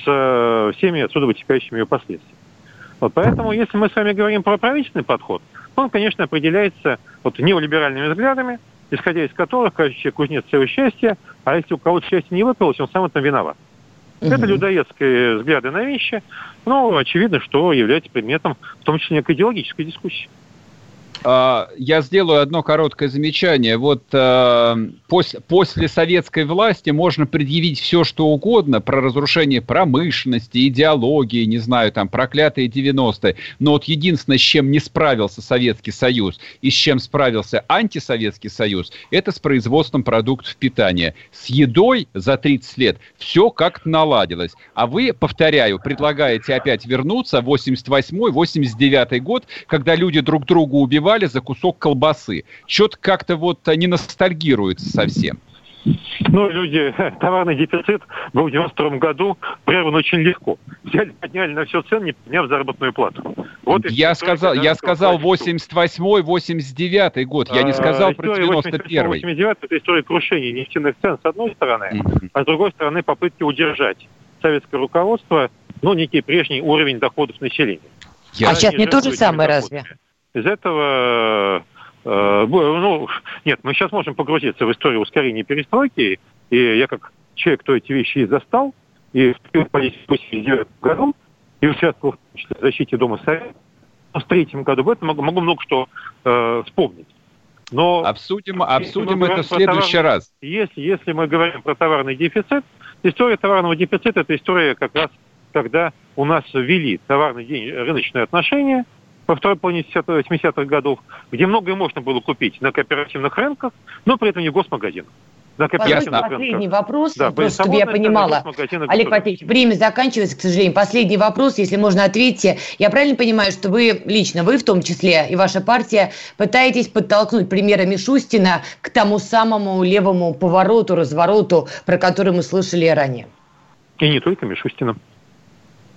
с всеми отсюда вытекающими ее последствиями. Вот поэтому, если мы с вами говорим про правительственный подход, он, конечно, определяется вот неолиберальными взглядами, исходя из которых каждый человек кузнец своего счастья, а если у кого-то счастье не выпалось, он сам в этом виноват. Угу. Это людоедские взгляды на вещи, но очевидно, что является предметом, в том числе, некой идеологической дискуссии. Я сделаю одно короткое замечание. Вот э, после, после советской власти можно предъявить все, что угодно про разрушение промышленности, идеологии, не знаю, там, проклятые девяностые. Но вот единственное, с чем не справился Советский Союз и с чем справился антисоветский Союз, это с производством продуктов питания. С едой за тридцать лет все как-то наладилось. А вы, повторяю, предлагаете опять вернуться в восемьдесят восьмой восемьдесят девятый год, когда люди друг друга убивали за кусок колбасы. Что-то как-то вот не ностальгируется совсем. Ну, люди, товарный дефицит был в девяносто втором году прерван очень легко. Взяли, подняли на все цены, не подняв заработную плату. Вот я сказал, я сказал восемьдесят восьмой восемьдесят девятый год, я не сказал а, про девяносто первый. восемьдесят девятый это история крушения нефтяных цен с одной стороны, mm-hmm. а с другой стороны попытки удержать советское руководство, ну, некий прежний уровень доходов населения. Я а сейчас не то же самое разве? Из этого, э, ну, нет, мы сейчас можем погрузиться в историю ускорения перестройки, и я как человек, кто эти вещи и застал, и вступил в политику в восемьдесят девятом году, и участвовал в защите Дома Совета, в третьем году, в этом могу, могу много что э, вспомнить. Но обсудим, обсудим это в следующий товар... раз. Если, если мы говорим про товарный дефицит, история товарного дефицита – это история как раз, когда у нас ввели товарно-рыночные отношения, во второй половине восьмидесятых годов, где многое можно было купить на кооперативных рынках, но при этом не в госмагазинах. Ясно. Последний вопрос, да, просто чтобы я понимала. Олег Васильевич, время заканчивается, к сожалению. Последний вопрос, если можно, ответьте. Я правильно понимаю, что вы лично, вы в том числе, и ваша партия, пытаетесь подтолкнуть премьера Мишустина к тому самому левому повороту, развороту, про который мы слышали ранее? И не только Мишустина.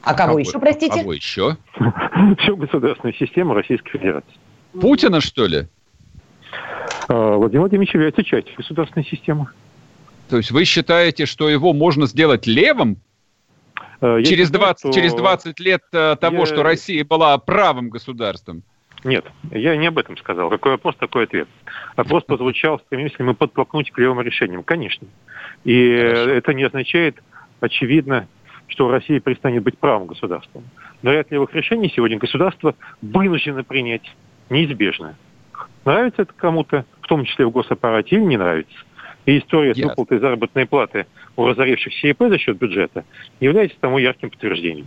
А кого, кого еще, простите? Кого еще? Всю государственную систему Российской Федерации. Путина, что ли? Владимир Владимирович является частью государственной системы. То есть вы считаете, что его можно сделать левым? Я через, считаю, двадцать, что... через двадцать лет того, я... что Россия была правым государством? Нет, я не об этом сказал. Какой вопрос, такой ответ. Вопрос прозвучал, стремимся ли мы подтолкнуть к левым решениям. Конечно. И Хорошо. Это не означает, очевидно, что Россия перестанет быть правым государством. Но ряд левых решений сегодня государство вынуждено принять. Неизбежно. Нравится это кому-то, в том числе в госаппарате, или не нравится? И история yes. с выплатой заработной платы у разоревшихся ИП за счет бюджета является тому ярким подтверждением.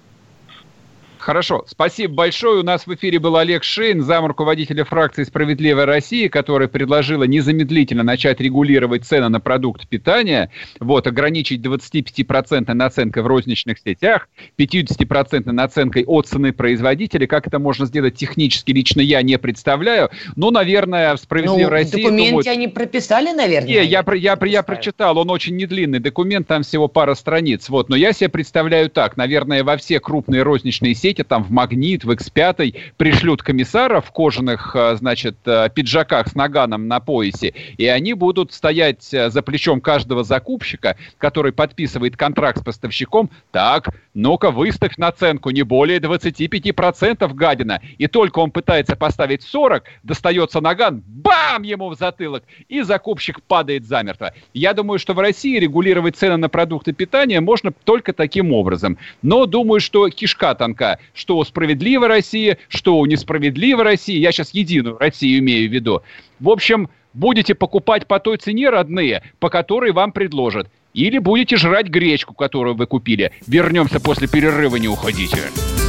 Хорошо, спасибо большое. У нас в эфире был Олег Шейн, зам руководителя фракции «Справедливая Россия», которая предложила незамедлительно начать регулировать цены на продукты питания, вот, ограничить двадцатипятипроцентной наценкой в розничных сетях, пятидесятипроцентной наценкой от цены производителя. Как это можно сделать технически, лично я не представляю. Но, наверное, в «Справедливой ну, России» в документе думают... они прописали, наверное? Не, я, я, я, я прочитал, он очень недлинный документ, там всего пара страниц. Вот. Но я себе представляю так, наверное, во все крупные розничные сети, там в «Магнит», в икс пять пришлют комиссаров в кожаных, значит, пиджаках с наганом на поясе, и они будут стоять за плечом каждого закупщика, который подписывает контракт с поставщиком. Так, ну-ка, выставь наценку не более двадцати пяти процентов, гадина. И только он пытается поставить сорок, достается наган, бам, ему в затылок, и закупщик падает замертво. Я думаю, что в России регулировать цены на продукты питания можно только таким образом. Но думаю, что кишка тонка. Что у «Справедливой России», что у «Несправедливой России». Я сейчас единую Россию имею в виду. В общем, будете покупать по той цене, родные, по которой вам предложат. Или будете жрать гречку, которую вы купили. Вернемся после перерыва, не уходите.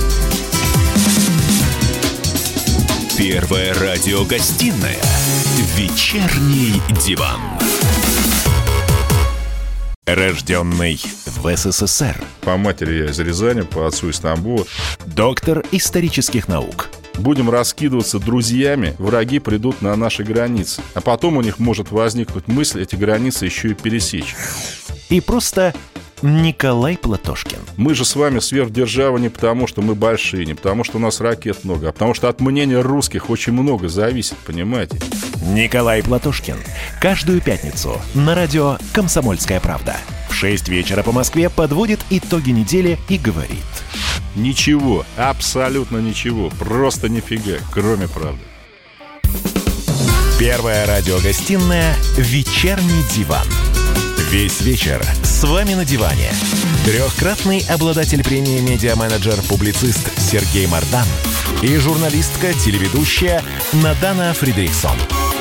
Первая радиогостинная «Вечерний диван». Рожденный в СССР. По матери я из Рязани, по отцу из Тамбова. Доктор исторических наук. Будем раскидываться друзьями, враги придут на наши границы. А потом у них может возникнуть мысль эти границы еще и пересечь. И просто Николай Платошкин. Мы же с вами сверхдержава не потому, что мы большие, не потому, что у нас ракет много, а потому что от мнения русских очень много зависит, понимаете? Николай Платошкин. Каждую пятницу на радио «Комсомольская правда». В шесть вечера по Москве подводит итоги недели и говорит: ничего, абсолютно ничего, просто нифига, кроме правды. Первая радиогостинная «Вечерний диван». Весь вечер с вами на диване. Трехкратный обладатель премии «Медиа-менеджер», публицист Сергей Мардан и журналистка, телеведущая Надана Фридрихсон.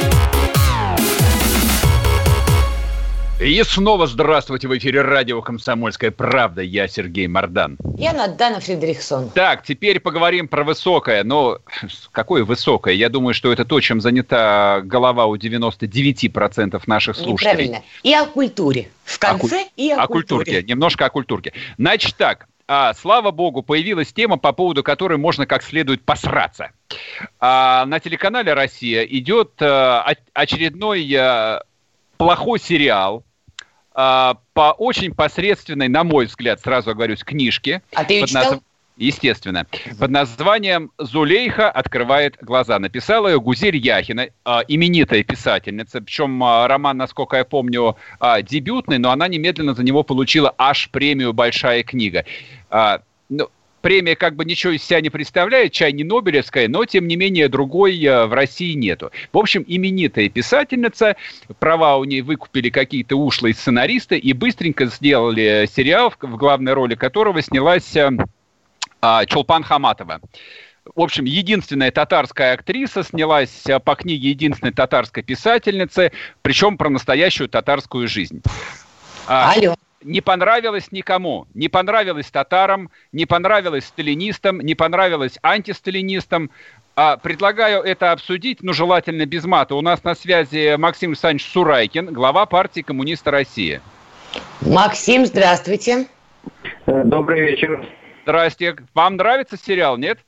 И снова здравствуйте, в эфире радио «Комсомольская правда». Я Сергей Мардан. Я Надана Фридрихсон. Так, теперь поговорим про высокое. Но какое высокое? Я думаю, что это то, чем занята голова у девяноста девяти процентов наших слушателей. Неправильно. И о культуре. В конце о, и о, о культуре. культуре. Немножко о культуре. Значит так. А, слава богу, появилась тема, по поводу которой можно как следует посраться. А, на телеканале «Россия» идет а, очередной а, плохой сериал а, по очень посредственной, на мой взгляд, сразу оговорюсь, книжке. А ты ее читал? Наз... Естественно. Под названием «Зулейха открывает глаза». Написала ее Гузель Яхина, э, именитая писательница. Причем э, роман, насколько я помню, э, дебютный, но она немедленно за него получила аж премию «Большая книга». Э, ну, премия как бы ничего из себя не представляет, чай не нобелевская, но, тем не менее, другой э, в России нету. В общем, именитая писательница, права у ней выкупили какие-то ушлые сценаристы и быстренько сделали сериал, в, в главной роли которого снялась... Э, Чолпан Хаматова. В общем, единственная татарская актриса, снялась по книге единственной татарской писательницы, причем про настоящую татарскую жизнь. Алло. Не понравилось никому. Не понравилось татарам, не понравилось сталинистам, не понравилось антисталинистам. Предлагаю это обсудить, но желательно без мата. У нас на связи Максим Александрович Сурайкин, глава партии «Коммунисты России». Максим, здравствуйте. Добрый вечер. Здрасте. Вам нравится сериал, нет?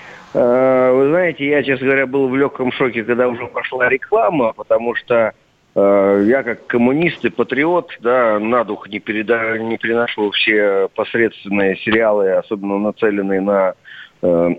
Вы знаете, я, честно говоря, был в легком шоке, когда уже пошла реклама, потому что Я как коммунист и патриот, да, на дух не, переда... не переношу все посредственные сериалы, особенно нацеленные на э,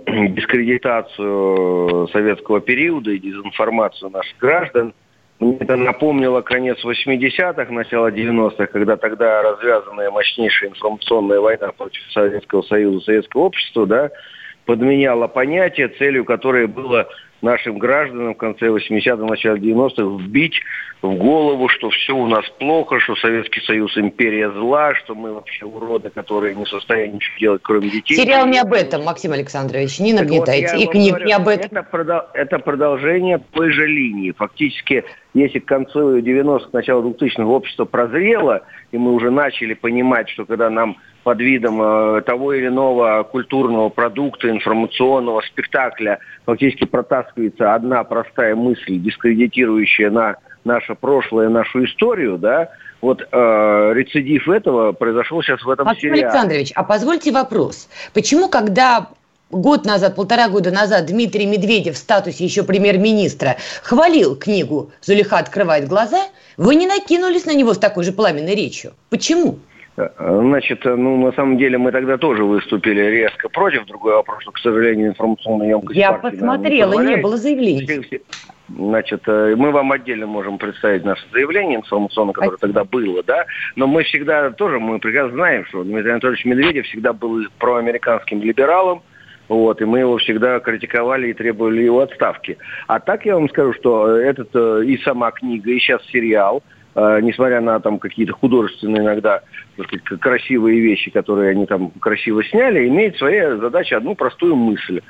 дискредитацию советского периода и дезинформацию наших граждан. Мне это напомнило конец восьмидесятых, начало девяностых, когда тогда развязанная мощнейшая информационная война против Советского Союза, советского общества, да, подменяла понятие, целью которой было нашим гражданам в конце восьмидесятых, начале девяностых вбить в голову, что все у нас плохо, что Советский Союз империя зла, что мы вообще уроды, которые не в состоянии ничего делать, кроме детей. Сериал не об этом, Максим Александрович, не нагнетайте. Вот, и книг говорю, не об этом. Это, продол- это продолжение той же линии. Фактически, если к концу девяностых, начало двухтысячных общество прозрело, и мы уже начали понимать, что когда нам под видом э, того или иного культурного продукта, информационного спектакля фактически протаскивается одна простая мысль, дискредитирующая на наше прошлое, нашу историю, да, вот э, рецидив этого произошел сейчас в этом Максим сериале. Максим Александрович, а позвольте вопрос. Почему, когда год назад, полтора года назад Дмитрий Медведев в статусе еще премьер-министра хвалил книгу «Зулейха открывает глаза», вы не накинулись на него с такой же пламенной речью? Почему? Значит, ну, на самом деле мы тогда тоже выступили резко против. Другой вопрос, что, к сожалению, информационная емкость Я партии, посмотрела, наверное, не, не было заявлений. Значит, мы вам отдельно можем представить наше заявление информационное, которое а... тогда было, да, но мы всегда тоже, мы прекрасно знаем, что Дмитрий Анатольевич Медведев всегда был проамериканским либералом, вот, и мы его всегда критиковали и требовали его отставки. А так я вам скажу, что этот и сама книга, и сейчас сериал, э, несмотря на там какие-то художественные иногда, так сказать, красивые вещи, которые они там красиво сняли, имеет своей задачей одну простую мысль.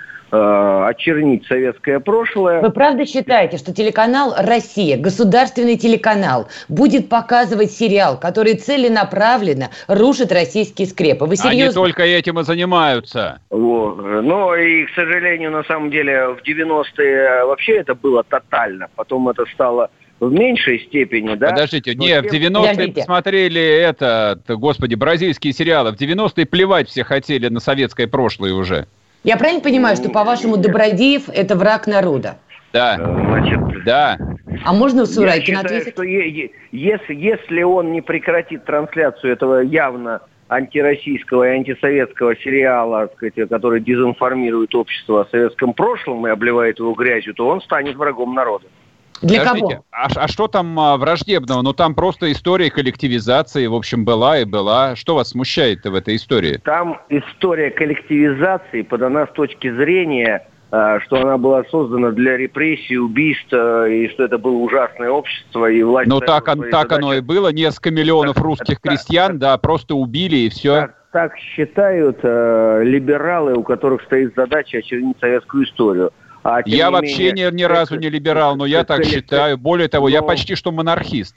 Очернить советское прошлое. Вы правда считаете, что телеканал «Россия», государственный телеканал, будет показывать сериал, который целенаправленно рушит российские скрепы? Вы серьезно? Они только этим и занимаются. Вот. Но и, к сожалению, на самом деле в девяностые вообще это было тотально. Потом это стало в меньшей степени, да? Подождите, но не, в девяностые Подождите. Посмотрели это, господи, бразильские сериалы. В девяностые плевать все хотели на советское прошлое уже. Я правильно понимаю, что, по-вашему, Добродеев – это враг народа? Да. Значит, да. А можно Сурайкин ответить? Я считаю, ответить? что е- если, если он не прекратит трансляцию этого явно антироссийского и антисоветского сериала, так сказать, который дезинформирует общество о советском прошлом и обливает его грязью, то он станет врагом народа. Для Подождите, кого? А, а что там а, враждебного? Ну, там просто история коллективизации, в общем, была и была. Что вас смущает-то в этой истории? Там история коллективизации подана с точки зрения, а, что она была создана для репрессий, убийств, а, и что это было ужасное общество, и власть... Ну, так, он, так оно и было. Несколько миллионов так, русских так, крестьян, так, да, просто убили, и все. Так, так считают а, либералы, у которых стоит задача очернить советскую историю. А, я вообще менее, ни, ни разу не либерал, но я так считаю. Более того, но... я почти что монархист.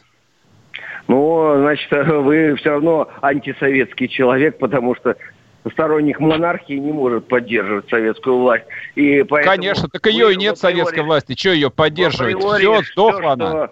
Ну, значит, вы все равно антисоветский человек, потому что сторонник монархии не может поддерживать советскую власть. И конечно, так ее и нет советской власти. Что ее поддерживать? Все, сдохла она.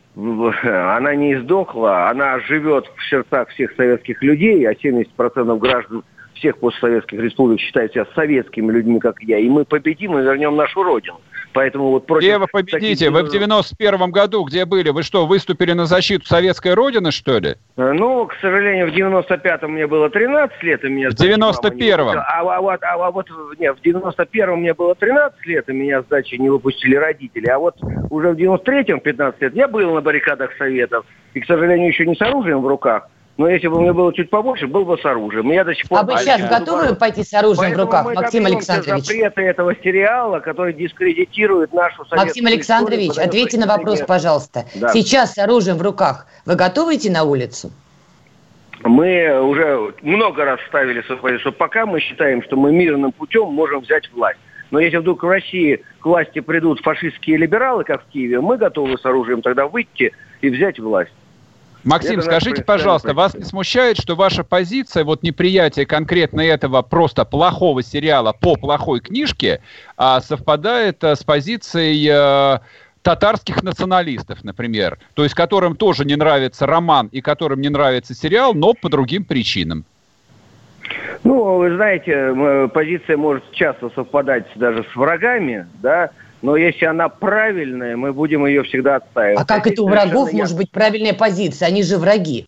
Она не издохла, она живет в сердцах всех советских людей, а семьдесят процентов граждан всех постсоветских республик считают себя советскими людьми, как я, и мы победим и вернем нашу родину. Поэтому вот против... Где вы победите? Таких... Вы в девяносто первом году где были? Вы что, выступили на защиту советской родины, что ли? Ну, к сожалению, в девяносто пятом мне было тринадцать лет, и меня... В девяносто первом? А, а, вот, а вот нет, в девяносто первом мне было тринадцать лет, и меня с дачи не выпустили родители. А вот уже в девяносто третьем пятнадцать лет я был на баррикадах Советов, и, к сожалению, еще не с оружием в руках. Но если бы мне было чуть побольше, был бы с оружием. Я до сих пор... А вы сейчас готовы бар... пойти с оружием Поэтому в руках, Максим Александрович? Запреты этого сериала, который дискредитирует нашу советскую Максим Александрович, историю, ответьте на вопрос, нет. пожалуйста. Да. Сейчас с оружием в руках вы готовы идти на улицу? Мы уже много раз ставили свою позицию, что пока мы считаем, что мы мирным путем можем взять власть. Но если вдруг в России к власти придут фашистские либералы, как в Киеве, мы готовы с оружием тогда выйти и взять власть. Максим, это скажите, пожалуйста, вас не смущает, что ваша позиция, вот неприятие конкретно этого просто плохого сериала по плохой книжке, а, совпадает а, с позицией а, татарских националистов, например, то есть которым тоже не нравится роман и которым не нравится сериал, но по другим причинам? Ну, вы знаете, позиция может часто совпадать даже с врагами, да, но если она правильная, мы будем ее всегда отстаивать. А как это у врагов может быть правильная позиция? Они же враги.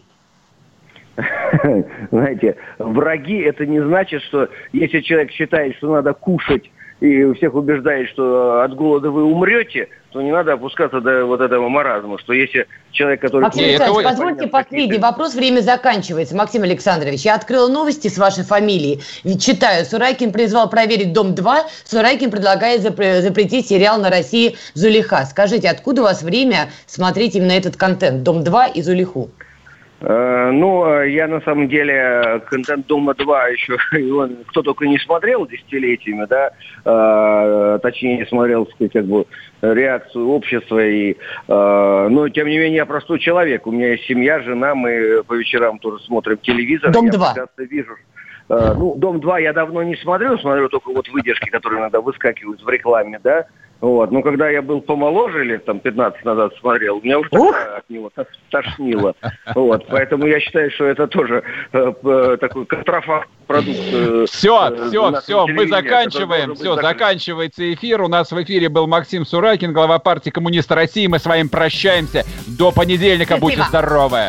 Знаете, враги – это не значит, что если человек считает, что надо кушать, и всех убеждает, что от голода вы умрете, то не надо опускаться до вот этого маразма, что если человек, который... Максим Александрович, позвольте последний вопрос, время заканчивается. Максим Александрович, я открыла новости с вашей фамилией, ведь читаю, Сурайкин призвал проверить «Дом-два», Сурайкин предлагает запретить сериал на России «Зулиха». Скажите, откуда у вас время смотреть именно этот контент «Дом-два» и «Зулиху»? Ну, я на самом деле контент «Дома-два» еще его кто только не смотрел десятилетиями, да, э, точнее смотрел, как бы, реакцию общества, и, э, но тем не менее я простой человек, у меня есть семья, жена, мы по вечерам тоже смотрим телевизор. «Дом-два». Я прекрасно вижу. Э, ну, «Дом-два» я давно не смотрю, смотрю только вот выдержки, которые иногда выскакивают в рекламе, да. Вот. Но когда я был помоложе, лет там пятнадцать назад смотрел, меня уже тогда от него тошнило. Вот. Поэтому я считаю, что это тоже э, э, такой контрафакт продукт. Э, все, э, все, все, мы заканчиваем. Все, заканчивается эфир. У нас в эфире был Максим Сурайкин, глава партии «Коммунисты России». Мы с вами прощаемся. До понедельника. Будьте здоровы.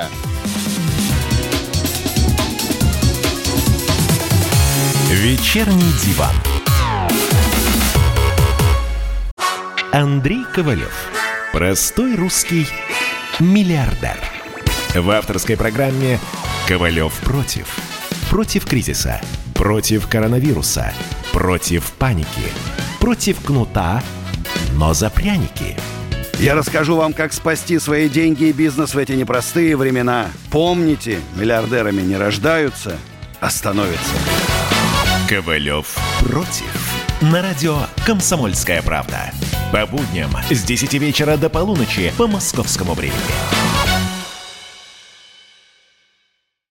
Вечерний диван. Андрей Ковалев. Простой русский миллиардер. В авторской программе «Ковалев против». Против кризиса, против коронавируса, против паники, против кнута, но за пряники. Я расскажу вам, как спасти свои деньги и бизнес в эти непростые времена. Помните, миллиардерами не рождаются, а становятся. Ковалев против. На радио «Комсомольская правда». По будням с десяти вечера до полуночи по московскому времени.